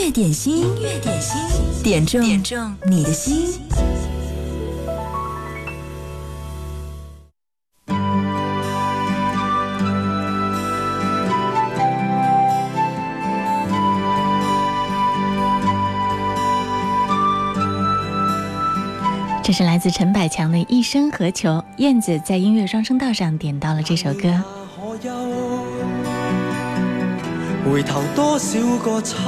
乐点心，点中你的心。 这是来自陈百强的《一生何求》，燕子在音乐双声道上点到了这首歌。 回頭多少個秋，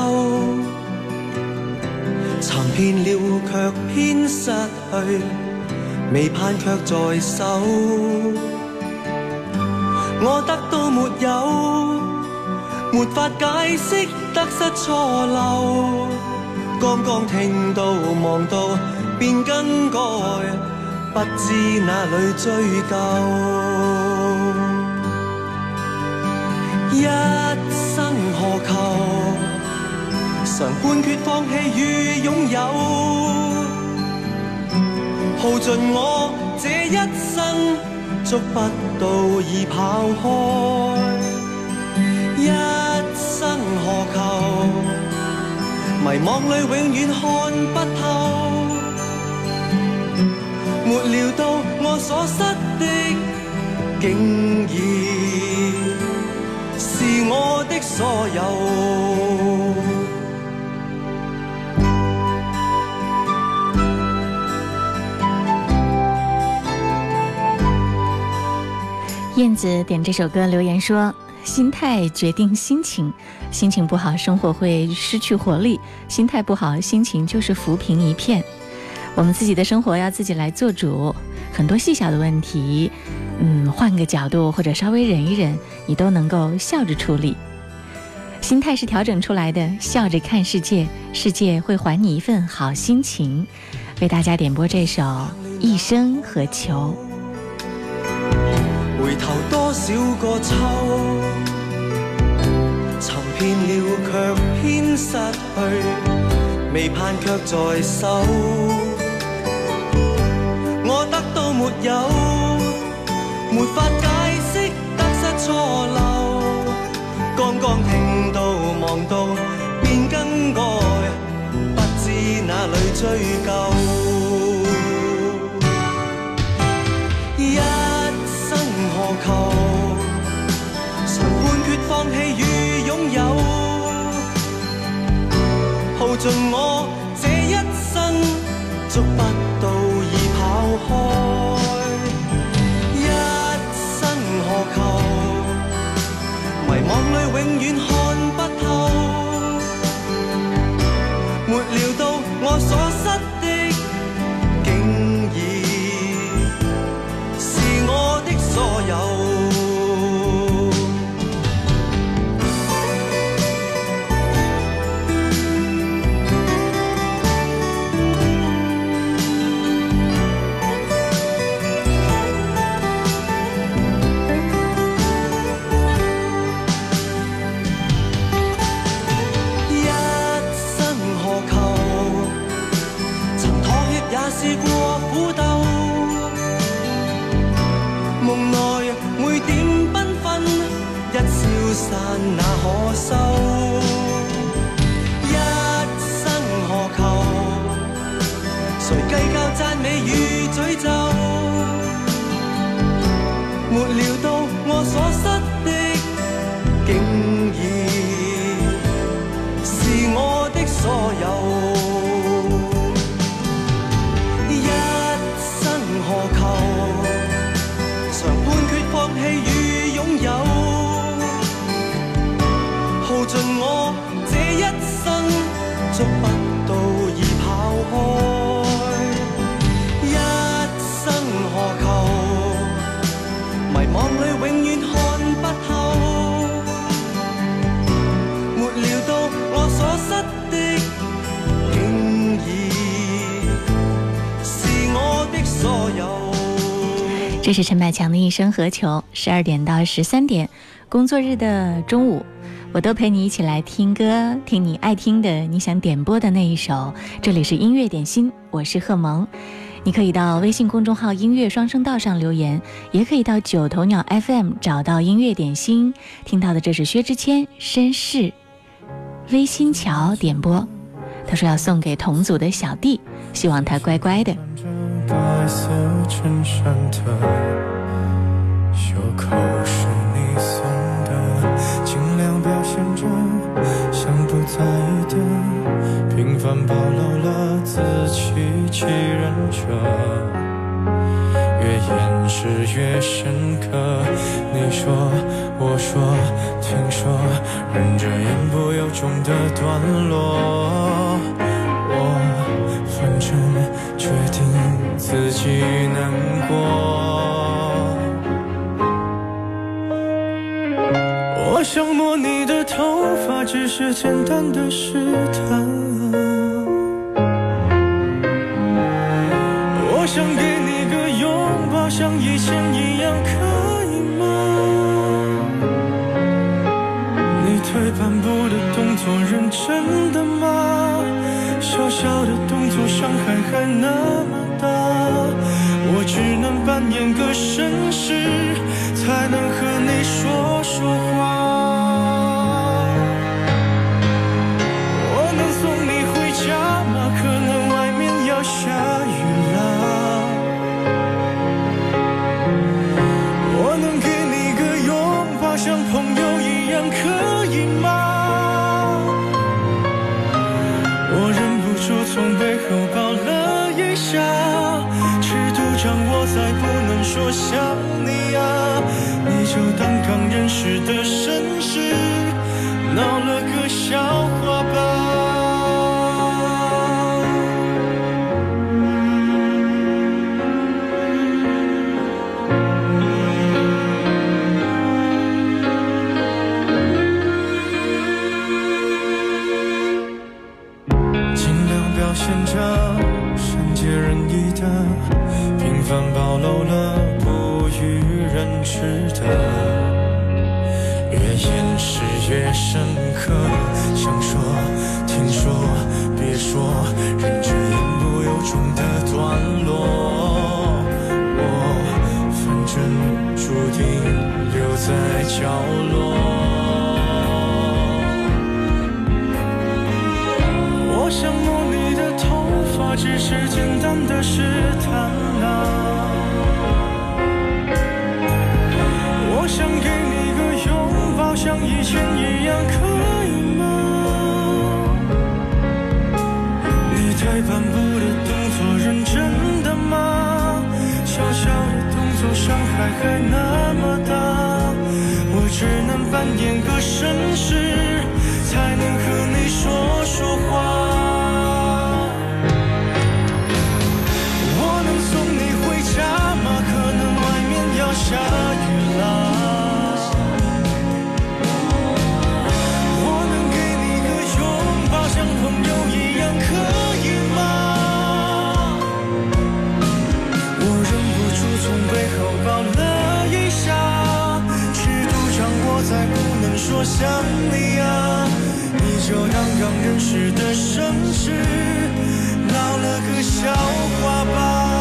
尋遍了卻偏失去，未盼卻在手。我得到沒有，沒法解釋得失錯漏。剛剛聽到望到便更改，不知哪裏追究。一生何求，常判決放棄與擁有，耗盡我這一生，捉不到已跑開。一生何求，迷惘裏永遠看不透，沒料到我所失的竟然是我的所有。 燕子点这首歌留言说，心态决定心情，心情不好生活会失去活力，心态不好心情就是浮萍一片。我们自己的生活要自己来做主，很多细小的问题换个角度或者稍微忍一忍，你都能够笑着处理。心态是调整出来的，笑着看世界，世界会还你一份好心情。为大家点播这首《一生何求》。 回頭多少個秋，尋遍了卻偏失去，未盼卻在手。我得到沒有，沒法解釋得失錯漏。剛剛聽到望到便更改，不知哪裏追究。一生何求，常判決放棄與擁有，耗盡我這一生，捉不到已跑開。一生何求，迷惘裏永遠看不透，沒料到我所失的竟然是我的所有。試過苦鬥，夢內每點繽紛，一消散那可收。一生何求，誰計較讚美與詛咒？沒料到我所失的竟然是我的所有。何求，常判決放棄與擁有，耗盡我這一生，捉不到已跑開。一生何求，迷惘裏永遠看不透，沒料到我所失的竟然是我的所有。 这是陈百强的《一生何求》，12点到13点，工作日的中午，我都陪你一起来听歌，听你爱听的，你想点播的那一首。这里是音乐点心，我是贺萌。你可以到微信公众号音乐双声道上留言，也可以到九头鸟 FM 找到音乐点心。听到的这是薛之谦《绅士》。 微心桥点播，他说要送给同组的小弟，希望他乖乖的。 白色衬衫的袖口是你送的，尽量表现着像不在意的，平凡暴露了自欺欺人者，越掩饰越深刻。你说我说听说，忍着言不由衷的段落，我反正决定自己难过。我想摸你的头发，只是简单的试探。我想给你个拥抱，像以前一样，可以吗？你退半步的动作认真的吗？小小的动作伤害还那么大，我只能扮演个绅士，才能和你说说话。我能送你回家吗？可能外面要下雨了。我能给你个拥抱，像朋友一样，可以吗？我忍不住从背后抱了一下，尺度掌握在不能说想你啊，你就当刚认识的绅士，闹了个笑话吧。表现着善解人意的，平凡暴露了不与人知的，越掩饰越深刻。想说听说别说，忍着言不由衷的段落，我反正注定留在角落。我想摸你的头发，只是简单的试探啊。我想给你个拥抱，像以前一样，可以吗？你退半步的动作认真的吗？小小的动作伤害还那么大，我只能扮演个绅士，才能和你说说话。下雨了，我能给你个拥抱，像朋友一样，可以吗？我忍不住从背后抱了一下，尺度掌握在不能说想你啊，你就当刚认识的绅士，闹了个笑话吧。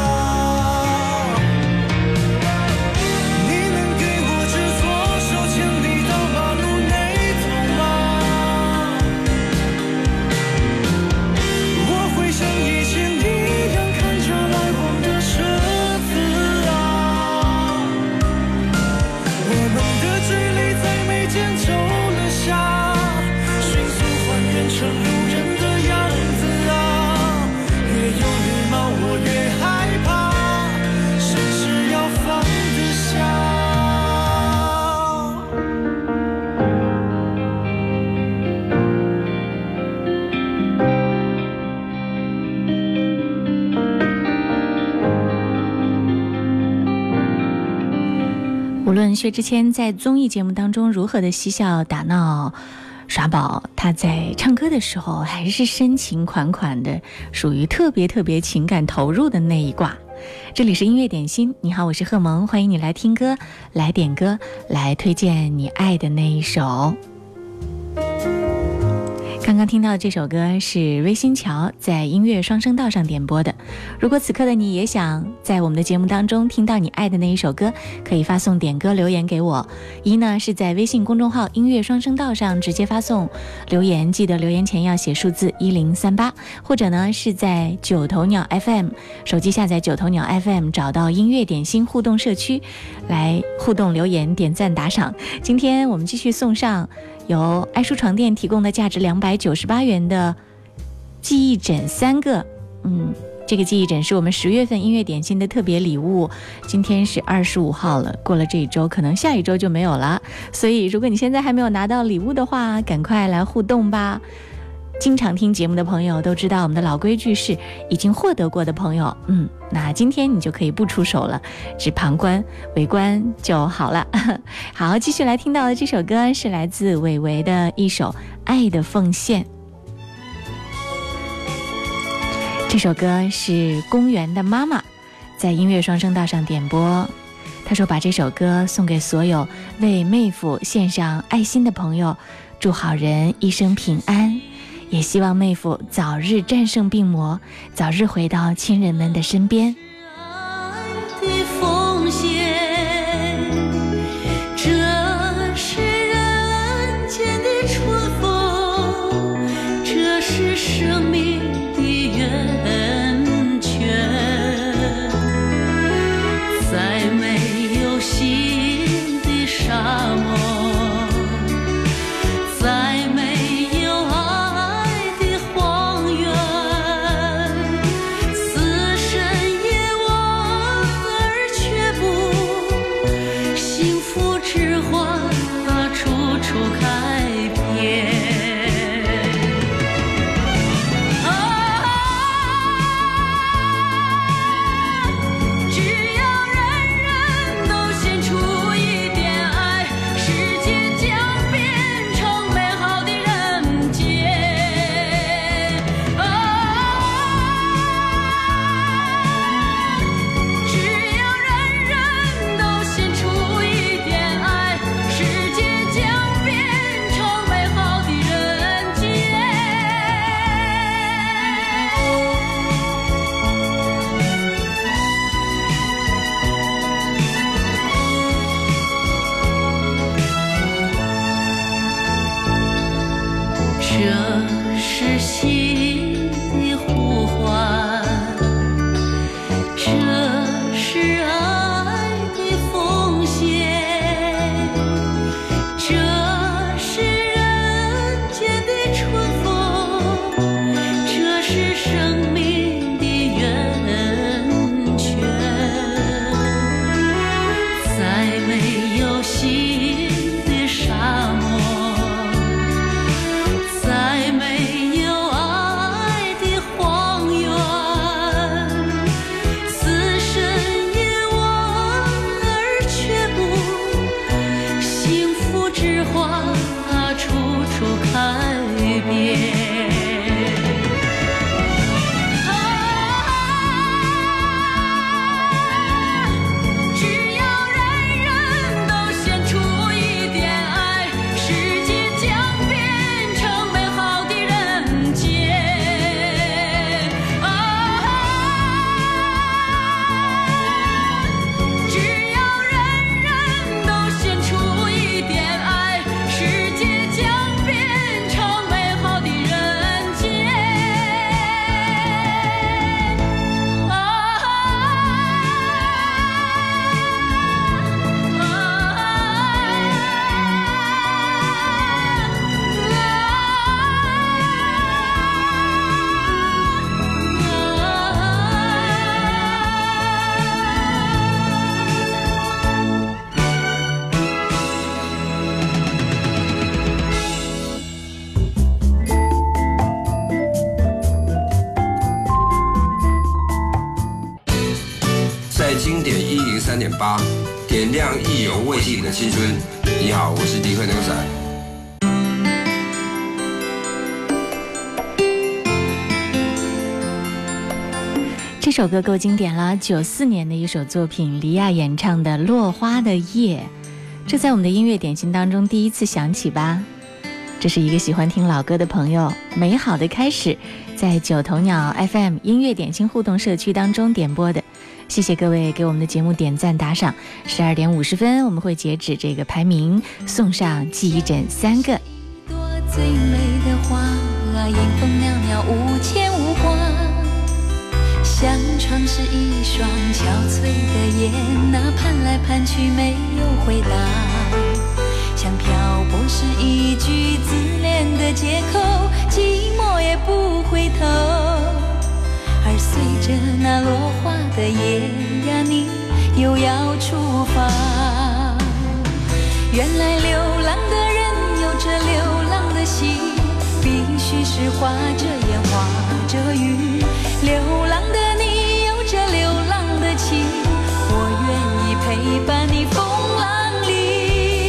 无论薛之谦在综艺节目当中如何的嬉笑打闹耍宝，他在唱歌的时候还是深情款款的，属于特别情感投入的那一挂。这里是音乐点心，你好，我是贺萌，欢迎你来听歌，来点歌，来推荐你爱的那一首。刚刚听到的这首歌是微心桥在音乐双声道上点播的。如果此刻的你也想在我们的节目当中听到你爱的那一首歌，可以发送点歌留言给我。一呢是在微信公众号音乐双声道上直接发送留言，记得留言前要写数字1038，或者呢是在九头鸟 FM 手机下载九头鸟 FM， 找到音乐点心互动社区来互动留言点赞打赏。今天我们继续送上由爱舒床垫提供的价值298元的记忆枕3个。这个记忆枕是我们10月份音乐点心的特别礼物，今天是25号了，过了这一周可能下一周就没有了，所以如果你现在还没有拿到礼物的话，赶快来互动吧。经常听节目的朋友都知道，我们的老规矩是已经获得过的朋友，那今天你就可以不出手了，只旁观围观就好了。好，继续来听到的这首歌是来自韦唯的一首《爱的奉献》。这首歌是公园的妈妈在音乐双声道上点播，她说把这首歌送给所有为妹夫献上爱心的朋友，祝好人一生平安，也希望妹夫早日战胜病魔，早日回到亲人们的身边。 爱的奉献，这是人间的春风，这是生命的源泉，在没有新的沙漠，在没有爱的荒原，死神也望而却步，幸福之花处处开遍。这是心的呼唤，这是爱的奉献，这是人间的春风，这是生命的源泉，在没有新的沙漠，在没有爱的荒原，死神也望而却步，幸福之花处处开遍。 经典103.8，点亮意犹未尽的青春。你好，我是迪克牛仔。 这首歌够经典了，94年的一首作品，黎亚演唱的《落花的夜》，这在我们的音乐点心当中第一次响起吧。 这是一个喜欢听老歌的朋友美好的开始，在九头鸟 FM 音乐点心互动社区当中点播的。谢谢各位给我们的节目点赞打赏。12点50分我们会截止这个排名，送上记忆枕3个。 朵最美的花，迎风袅袅无牵无挂，像窗是一双憔悴的眼，那盼来盼去没有回答，像漂泊是一句自恋的借口，寂寞也不回头。而随着那落花的夜呀，你又要出发。原来流浪的人有着流浪的心，必须是画着眼画着雨。流浪的你有着流浪的情，我愿意陪伴你风浪里。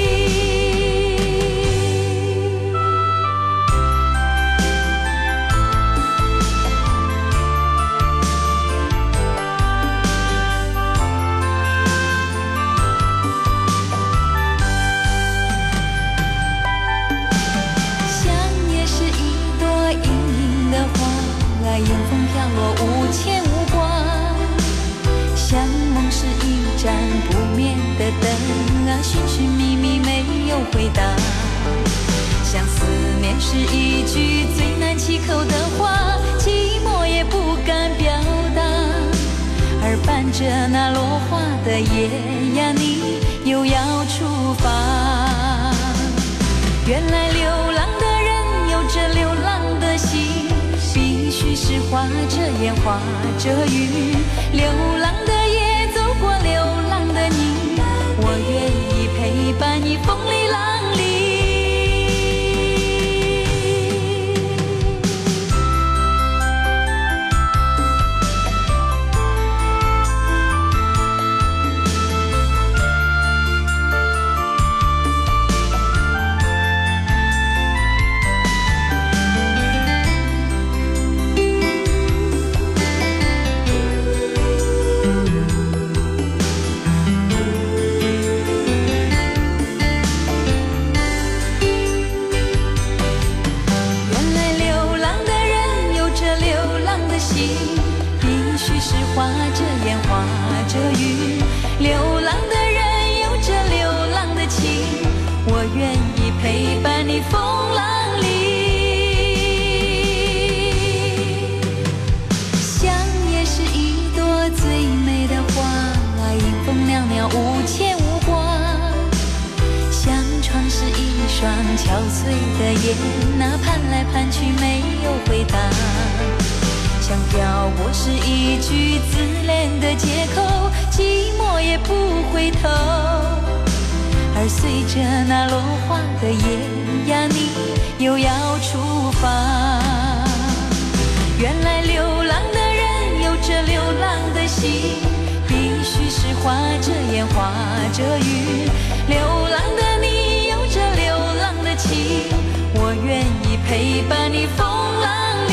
迎风飘落无牵无挂，像梦是一盏不灭的灯啊，寻寻觅觅没有回答，像思念是一句最难启口的话，寂寞也不敢表达。而伴着那落花的夜呀，你又要出发。原来流浪的人有着流浪的心，必须是画着眼画着雨。流浪的夜走过流浪的你，我愿意陪伴你风里浪里。画着眼画着雨，流浪的人有着流浪的情，我愿意陪伴你风浪里。想也是一朵最美的花，迎风袅袅无牵无挂，像窗是一双憔悴的眼，那盼来盼去没有回答，像漂泊是一句自恋的借口，寂寞也不回头。而随着那落花的夜呀，你又要出发。原来流浪的人有着流浪的心，必须是画着眼画着雨。流浪的你有着流浪的情，我愿意陪伴你风浪里。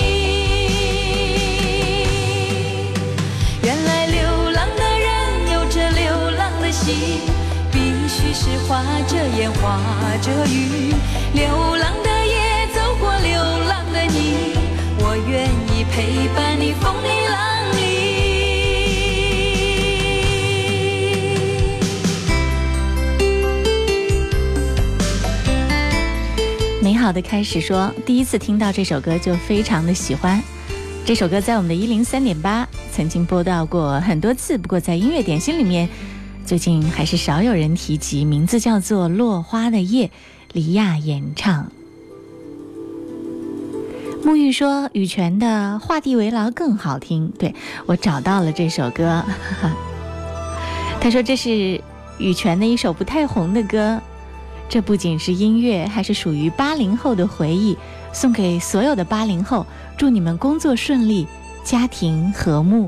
必须是画着眼画着雨。流浪的夜走过流浪的你，我愿意陪伴你风里浪里。美好的开始说，第一次听到这首歌就非常的喜欢。这首歌在我们的103.8曾经播到过很多次，不过在音乐点心里面最近还是少有人提及，名字叫做《落花的夜》，李亚演唱。沐浴说羽泉的《画地为牢》更好听，对，我找到了这首歌。他说这是羽泉的一首不太红的歌，这不仅是音乐，还是属于80后的回忆，送给所有的80后，祝你们工作顺利，家庭和睦。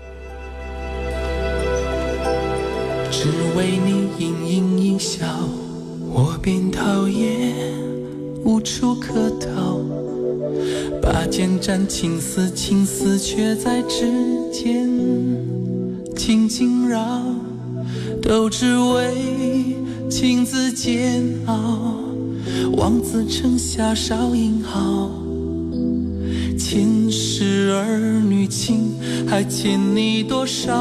只为你盈盈一笑，我便讨厌，无处可逃。把剑斩青丝，青丝却在指尖轻轻绕，都只为情字煎熬。 望子成霞少英豪。前世儿女情，还欠你多少？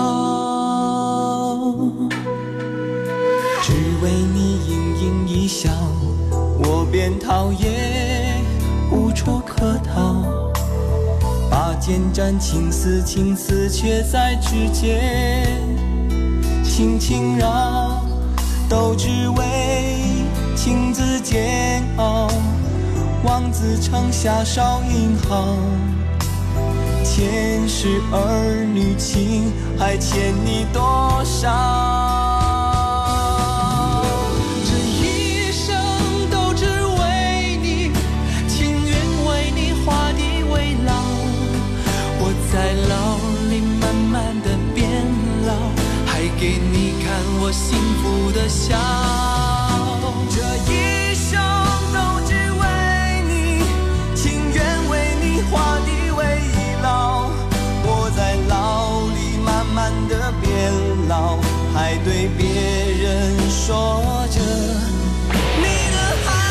只为你盈盈一笑，我便讨厌无处可逃。把剑斩情丝，情丝却在指尖轻轻绕，都只为情字煎熬。望子成霞少英豪，前世儿女情，还欠你多少？ 这一生都只为你，情愿为你画地为牢。我在牢里慢慢的变老，还给你看我幸福的笑。 这一生都只为你，情愿为你画地为牢。我在牢里慢慢的变老，还对别人说着你的好。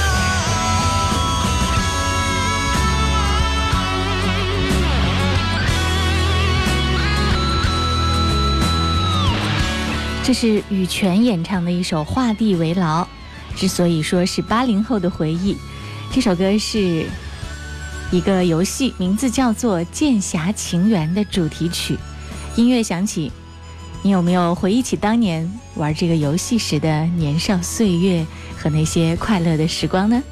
这是羽泉演唱的一首《画地为牢》。之所以说是80后的回忆，这首歌是一个游戏，名字叫做《剑侠情缘》的主题曲。音乐响起，你有没有回忆起当年玩这个游戏时的年少岁月和那些快乐的时光呢？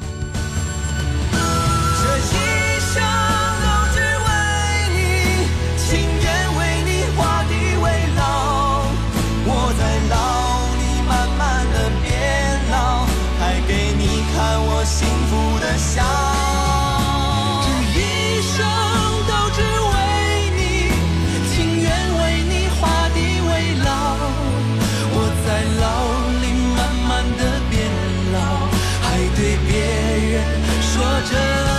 幸福的笑， 这一生都只为你，情愿为你画地为牢。我在牢里慢慢的变老，还对别人说着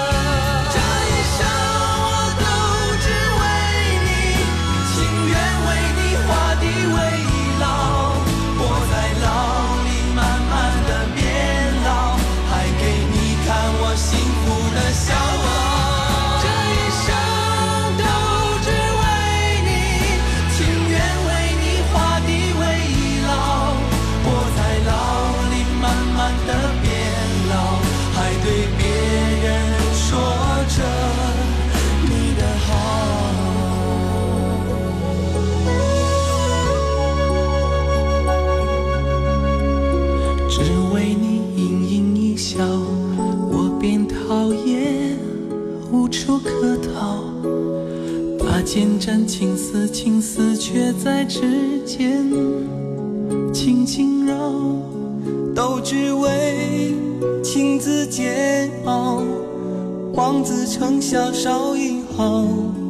剑斩情丝，情丝却在指尖轻轻绕， 都只为情字煎熬。望子成霞少英豪，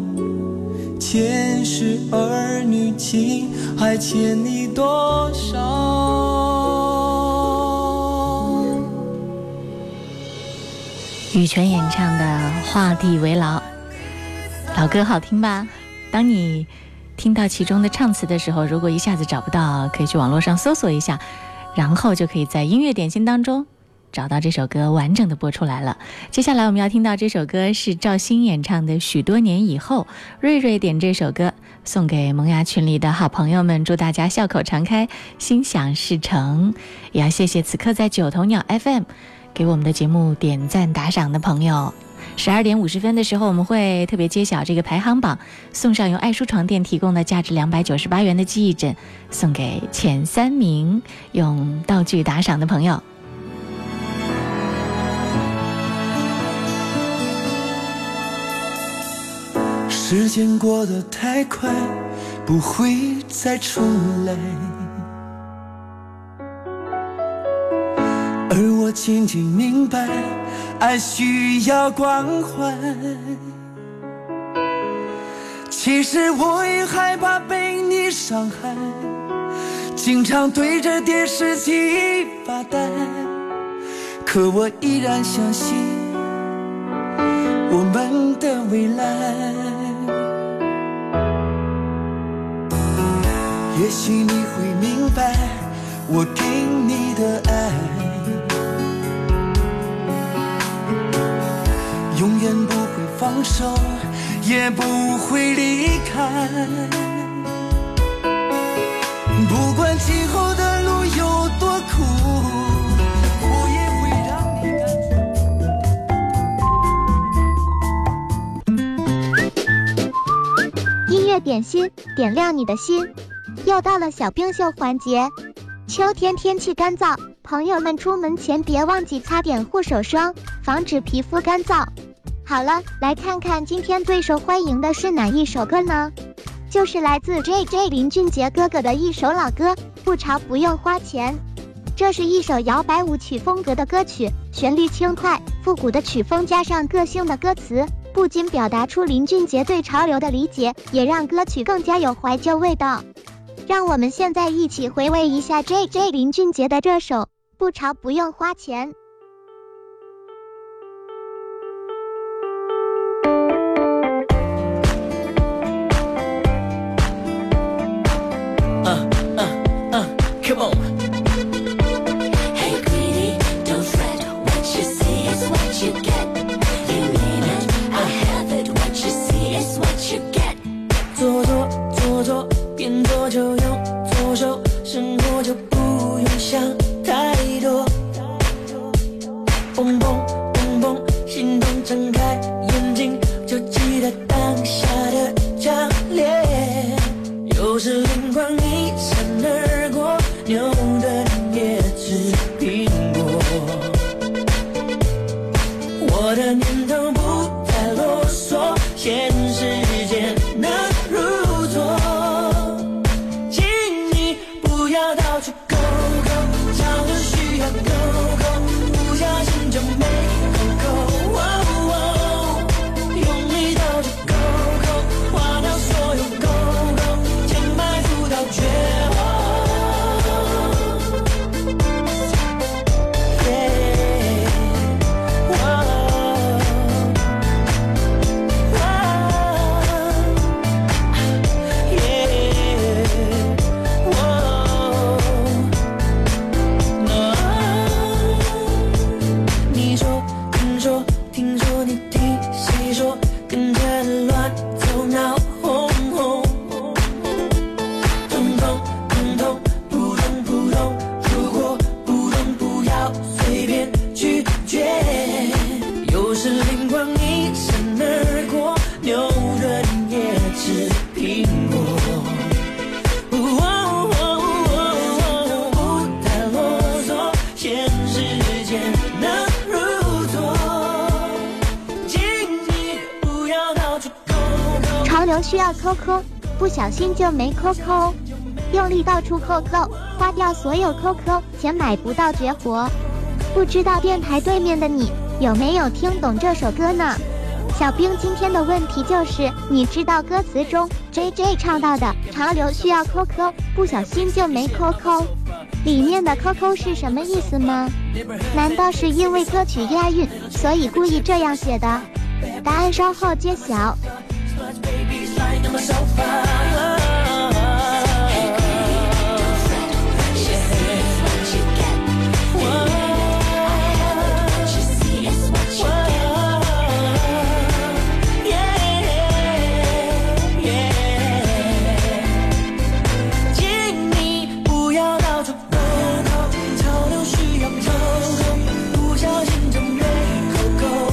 前世儿女情，还欠你多少？ 羽泉演唱的《画地为牢》，老歌好听吧？当你听到其中的唱词的时候，如果一下子找不到，可以去网络上搜索一下，然后就可以在音乐点心当中找到这首歌完整的播出来了。接下来我们要听到这首歌是赵鑫演唱的《许多年以后》，瑞瑞点这首歌送给萌芽群里的好朋友们，祝大家笑口常开，心想事成。也要谢谢此刻在九头鸟 FM 给我们的节目点赞打赏的朋友。12点50分的时候，我们会特别揭晓这个排行榜，送上由爱舒床垫提供的价值298元的记忆枕，送给前3名用道具打赏的朋友。 时间过得太快，不会再重来，而我渐渐明白，爱需要关怀。其实我也害怕被你伤害，经常对着电视机发呆，可我依然相信我们的未来。也许你会明白，我给你的爱永远不会放手，也不会离开。不管今后的路有多苦，我也会让你感受。音乐点心，点亮你的心。又到了小冰秀环节。秋天天气干燥，朋友们出门前别忘记擦点护手霜，防止皮肤干燥。好了，来看看今天最受欢迎的是哪一首歌呢？就是来自 JJ 林俊杰哥哥的一首老歌，不潮不用花钱。这是一首摇摆舞曲风格的歌曲，旋律轻快，复古的曲风加上个性的歌词，不仅表达出林俊杰对潮流的理解，也让歌曲更加有怀旧味道。让我们现在一起回味一下 JJ 林俊杰的这首不潮不用花钱。 Come on. Hey greedy, don't fret. What you see is what you get. You need it, I have it. What you see is what you get. 做，边做就用左手，生活就不用想太多。蹦蹦蹦蹦，心动睁开眼睛，就记得当下的强烈。有时灵光一闪而过，牛顿也吃苹果。我的念头不再啰嗦，现实间能如昨。请你不要到处勾勾，潮流需要勾勾，不小心就没勾勾。用力到处勾勾，划掉所有勾勾，填埋不到绝望。 需要抠抠，不小心就没抠抠，用力到处扣扣，花掉所有抠抠，钱买不到绝活。不知道电台对面的你有没有听懂这首歌呢？小冰今天的问题就是，你知道歌词中 JJ 唱到的潮流需要抠抠，不小心就没抠抠，里面的抠抠是什么意思吗？难道是因为歌曲押韵，所以故意这样写的？答案稍后揭晓。 Baby's lying on my sofa. Hey greedy, don't fret. What you see is what you get. You need it, I have it. What you see is what you get. 请你不要到处勾勾，潮流需要勾勾，不小心就没勾勾。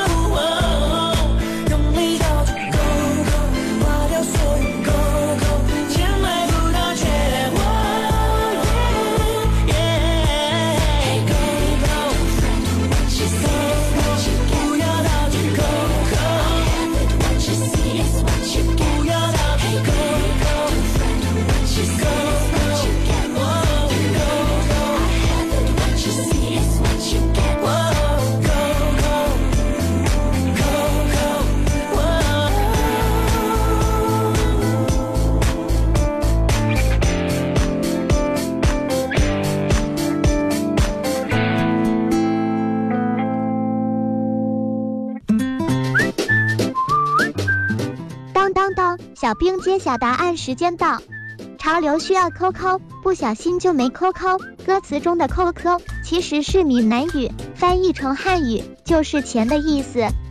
小冰揭晓答案时间到。潮流需要抠抠，不小心就没抠抠。歌词中的抠抠其实是闽南语，翻译成汉语就是钱的意思。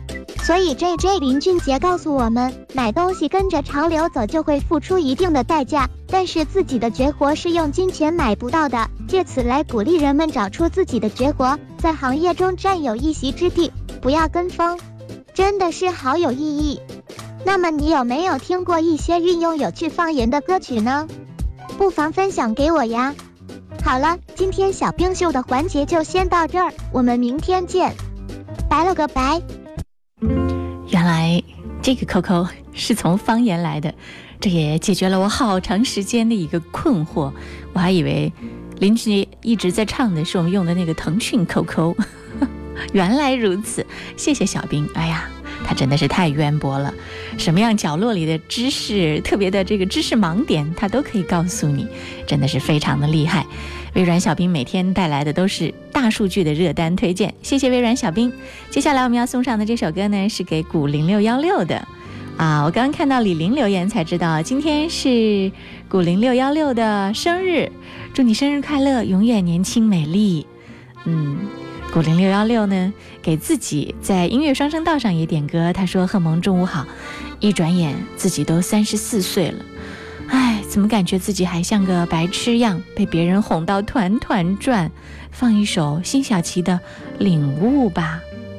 所以 JJ 林俊杰告诉我们，买东西跟着潮流走就会付出一定的代价，但是自己的绝活是用金钱买不到的，借此来鼓励人们找出自己的绝活，在行业中占有一席之地，不要跟风，真的是好有意义。那么你有没有听过一些运用有趣方言的歌曲呢？不妨分享给我呀。好了，今天小冰秀的环节就先到这儿，我们明天见，拜了个拜。 原来这个 Coco 是从方言来的，这也解决了我好长时间的一个困惑，我还以为邻居一直在唱的是我们用的那个腾讯 Coco 原来如此，谢谢小兵。哎呀，他真的是太渊博了，什么样角落里的知识，特别的这个知识盲点他都可以告诉你，真的是非常的厉害。微软小兵每天带来的都是大数据的热单推荐，谢谢微软小兵。接下来我们要送上的这首歌呢，是给古0616的我刚刚看到李玲留言才知道今天是古0616的生日，祝你生日快乐，永远年轻美丽。古0616呢，给自己在音乐双声道上也点歌，他说：贺萌中午好，一转眼自己都34岁了，哎，怎么感觉自己还像个白痴样，被别人哄到团团转。放一首辛晓琪的领悟吧。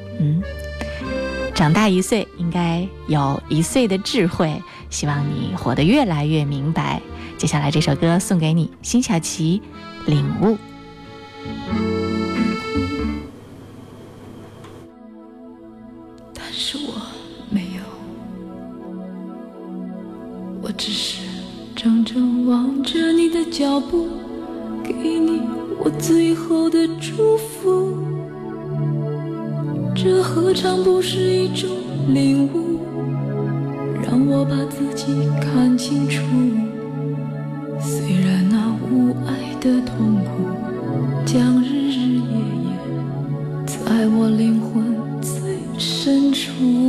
长大1岁应该有1岁的智慧，希望你活得越来越明白。接下来这首歌送给你，辛晓琪领悟。 但是我没有，我只是怔怔望着你的脚步，给你我最后的祝福。这何尝不是一种领悟，让我把自己看清楚。虽然那无爱的痛苦将日日夜夜在我灵魂最深处，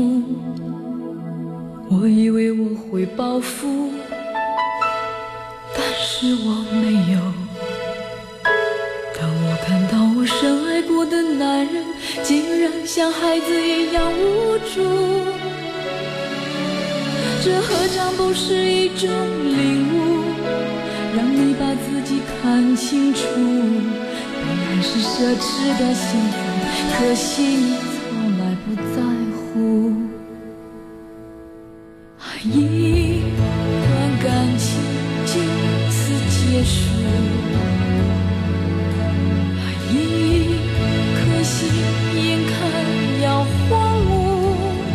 我以为我会报复，但是我没有。当我看到我深爱过的男人竟然像孩子一样无助，这何尝不是一种领悟，让你把自己看清楚。被爱是奢侈的幸福，可惜你从来不在乎。一段感情就此结束，一颗心眼看要荒芜。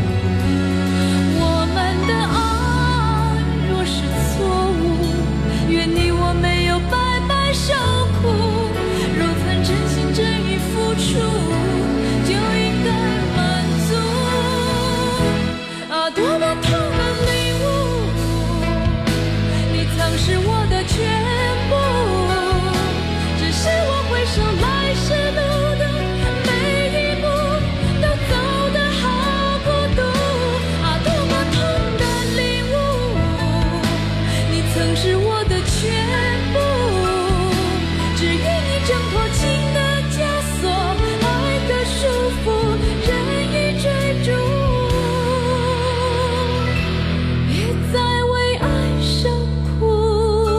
我们的爱若是错误，愿你我没有白白受苦。若曾真心真意付出，就应该满足。多么痛的领悟，你曾是我的全部，只是我回首来时路的每一步都走得好孤独。多么痛的领悟，你曾是我的全部，只愿你挣脱情的枷锁，爱的束缚，任意追逐，别再为爱受苦。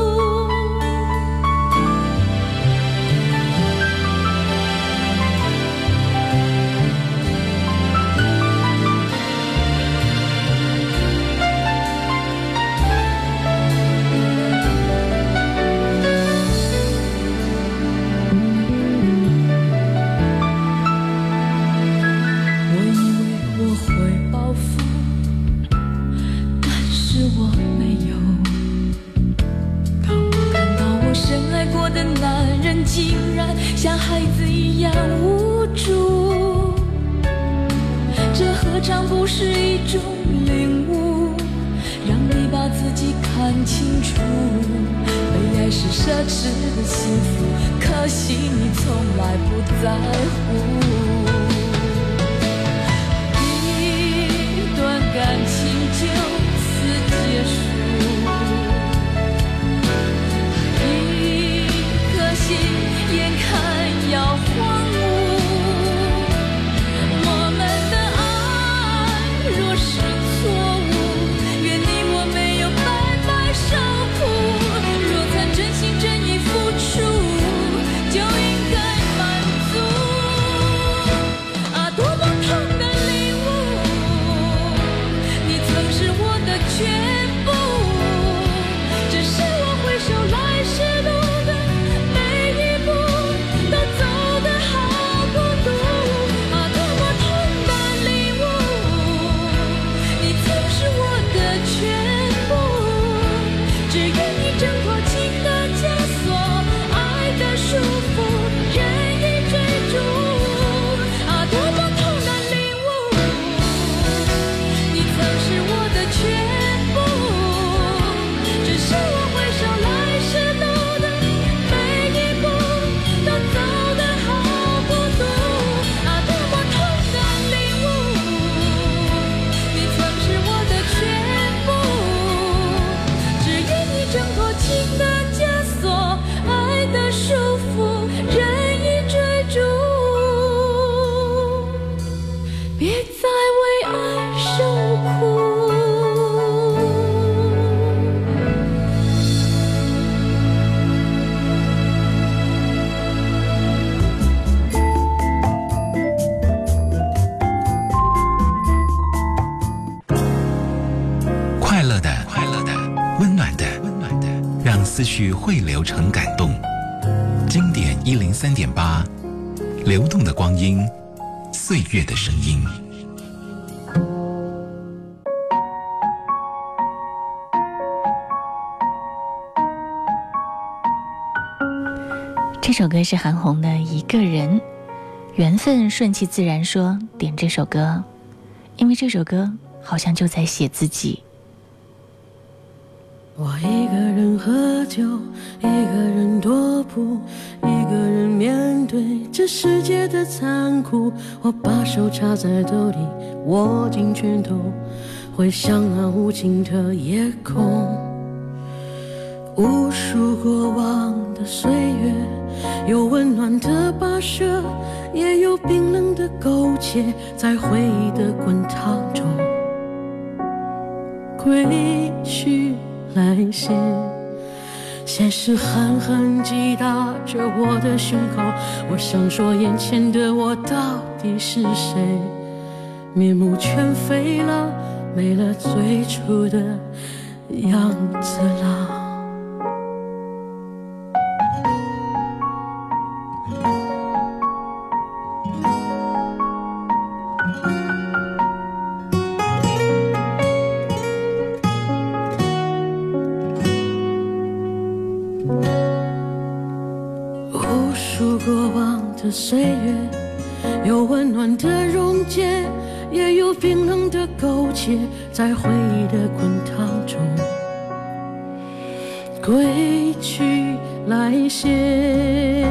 我以为我会报复，但是我没有。当我看到我深爱过的男人竟然像孩子一样无助，这何尝不是一种领悟，让你把自己看清楚。被爱是奢侈的幸福，可惜你从来不在乎。一段感情就此结束，一颗心眼看要荒芜。我们的爱受苦。 快乐的，温暖的，让思绪汇流成感动。经典103.8，流动的光阴，岁月的声音。 这首歌是韩红的《一个人》，缘分顺其自然说点这首歌，因为这首歌好像就在写自己。 我一个人喝酒，一个人踱步，一个人面对这世界的残酷。我把手插在兜里，握紧拳头，回想那无尽的夜空。无数过往的岁月，有温暖的跋涉，也有冰冷的苟且，在回忆的滚烫中归去来兮，现实狠狠击打着我的胸口。我想说，眼前的我到底是谁？面目全非了，没了最初的样子了。岁月有温暖的溶解，也有冰冷的苟且，在回忆的滚烫中归去来兮。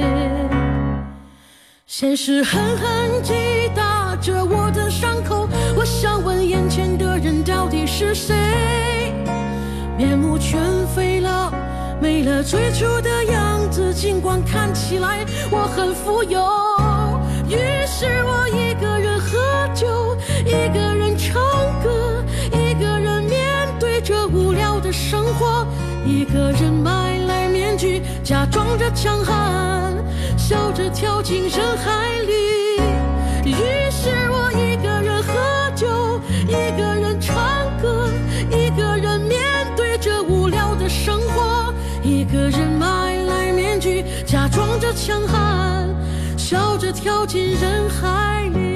现实狠狠击打着我的伤口，我想问眼前的人到底是谁？面目全非了，没了最初的样子，尽管看起来我很富有。于是我一个人喝酒，一个人唱歌，一个人面对着无聊的生活，一个人买来面具，假装着强悍，笑着跳进人海里。于是我一个人喝酒，一个人唱歌，一个人面对着无聊的生活，一个人买来面具，假装着强悍，笑着跳进人海里。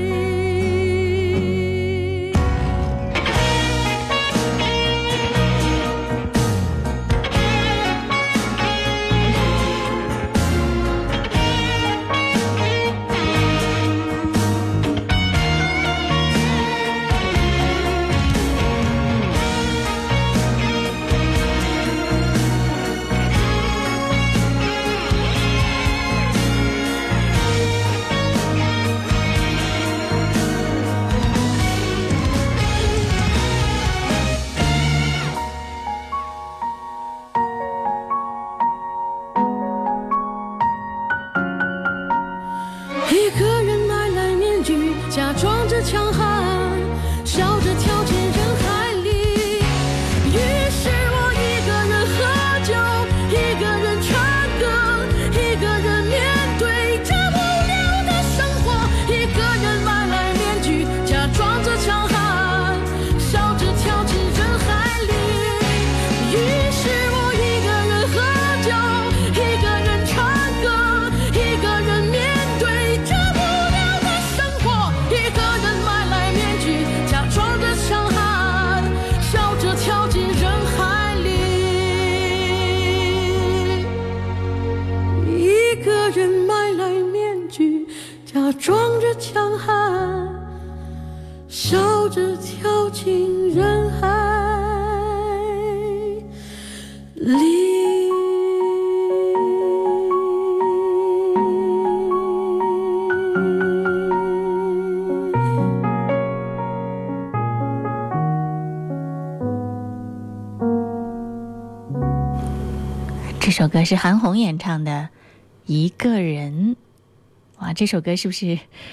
强悍，笑着跳进人海里。于是我一个人喝酒，一个人唱歌，一个人面对这无聊的生活，一个人买来面具，假装着强悍，笑着跳进人海里。于是我一个人喝酒，一个人唱歌，一个人面对这无聊的生活，一个人买来面具，假装着强悍，笑着跳进人海里。一个人买来面具，假装着强悍，笑着跳进人海里。 这首歌是韩红演唱的《一个人》。哇，这首歌是不是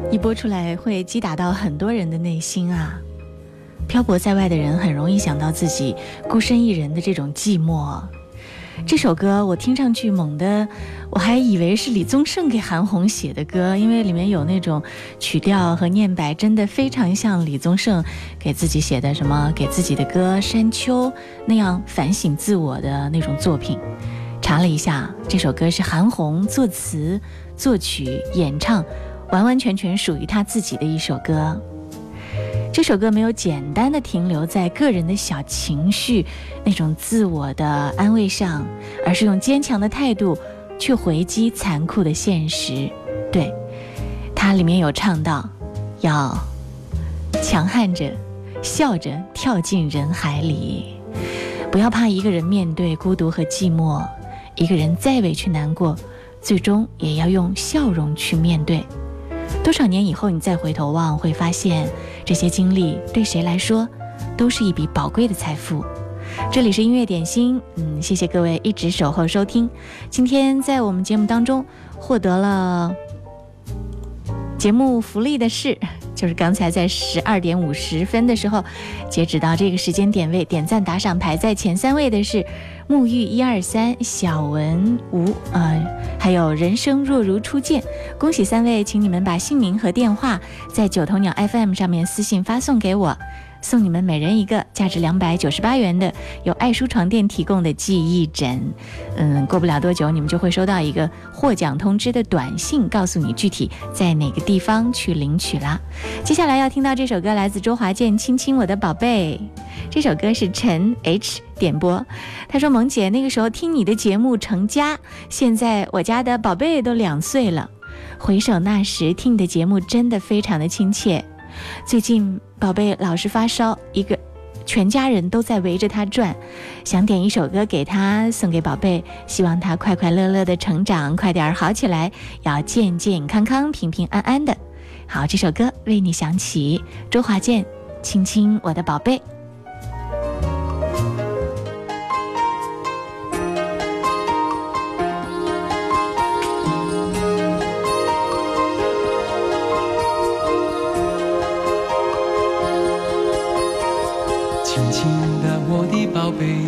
一播出来会击打到很多人的内心啊。漂泊在外的人很容易想到自己孤身一人的这种寂寞。这首歌我听上去猛的，我还以为是李宗盛给韩红写的歌，因为里面有那种曲调和念白真的非常像李宗盛给自己写的什么给自己的歌《山丘》那样反省自我的那种作品。查了一下，这首歌是韩红作词作曲演唱，完完全全属于他自己的一首歌。这首歌没有简单的停留在个人的小情绪那种自我的安慰上，而是用坚强的态度去回击残酷的现实。对，它里面有唱到要强悍着笑着跳进人海里，不要怕一个人面对孤独和寂寞，一个人再委屈难过，最终也要用笑容去面对。多少年以后你再回头望，会发现这些经历对谁来说都是一笔宝贵的财富。这里是音乐点心，谢谢各位一直守候收听。今天在我们节目当中获得了节目福利的是，就是刚才在12点50分的时候，截止到这个时间点位点赞打赏排在前3位的是沐浴123、小文吴，还有人生若如初见。恭喜3位，请你们把姓名和电话在九头鸟 FM 上面私信发送给我，送你们每人一个价值298元的由爱舒床垫提供的记忆枕。过不了多久你们就会收到一个获奖通知的短信，告诉你具体在哪个地方去领取啦。接下来要听到这首歌来自周华健《亲亲我的宝贝》，这首歌是陈 H 点播，他说萌姐那个时候听你的节目成家，现在我家的宝贝都2岁了，回首那时听你的节目真的非常的亲切。最近宝贝老是发烧，全家人都在围着他转，想点一首歌给他，送给宝贝，希望他快快乐乐的成长，快点好起来，要健健康康平平安安的。好，这首歌为你响起，周华健《亲亲我的宝贝》。 宝贝，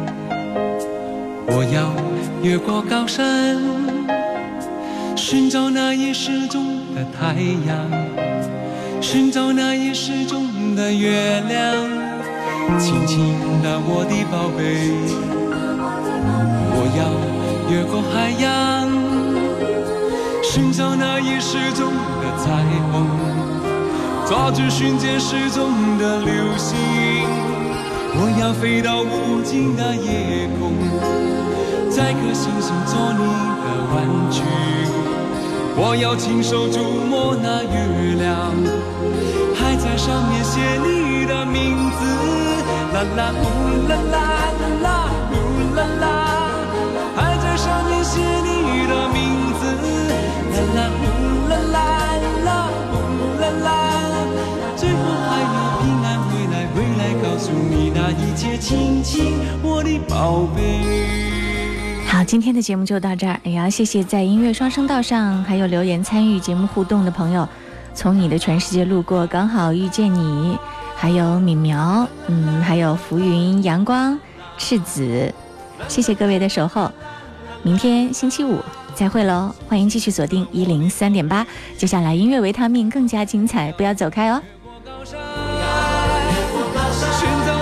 我要越过高山，寻找那已失踪的太阳，寻找那已失踪的月亮。轻轻的我的宝贝，我要越过海洋，寻找那已失踪的彩虹，抓住瞬间失踪的流星。我要飞到无尽的夜空，在颗星星做你的玩具。我要亲手触摸那月亮，还在上面写你的名字。啦啦呜啦啦啦啦呜啦啦，还在上面写你的名字。啦啦呜啦啦啦呜啦啦，最后还要平安回来告诉你那一切，亲亲我的宝贝。 好，今天的节目就到这儿，也要谢谢在音乐双声道上还有留言参与节目互动的朋友。从你的全世界路过，刚好遇见你，还有敏苗，还有浮云、阳光、赤子，谢谢各位的守候。明天星期五再会喽，欢迎继续锁定103.8，接下来音乐维他命更加精彩，不要走开哦。 寻找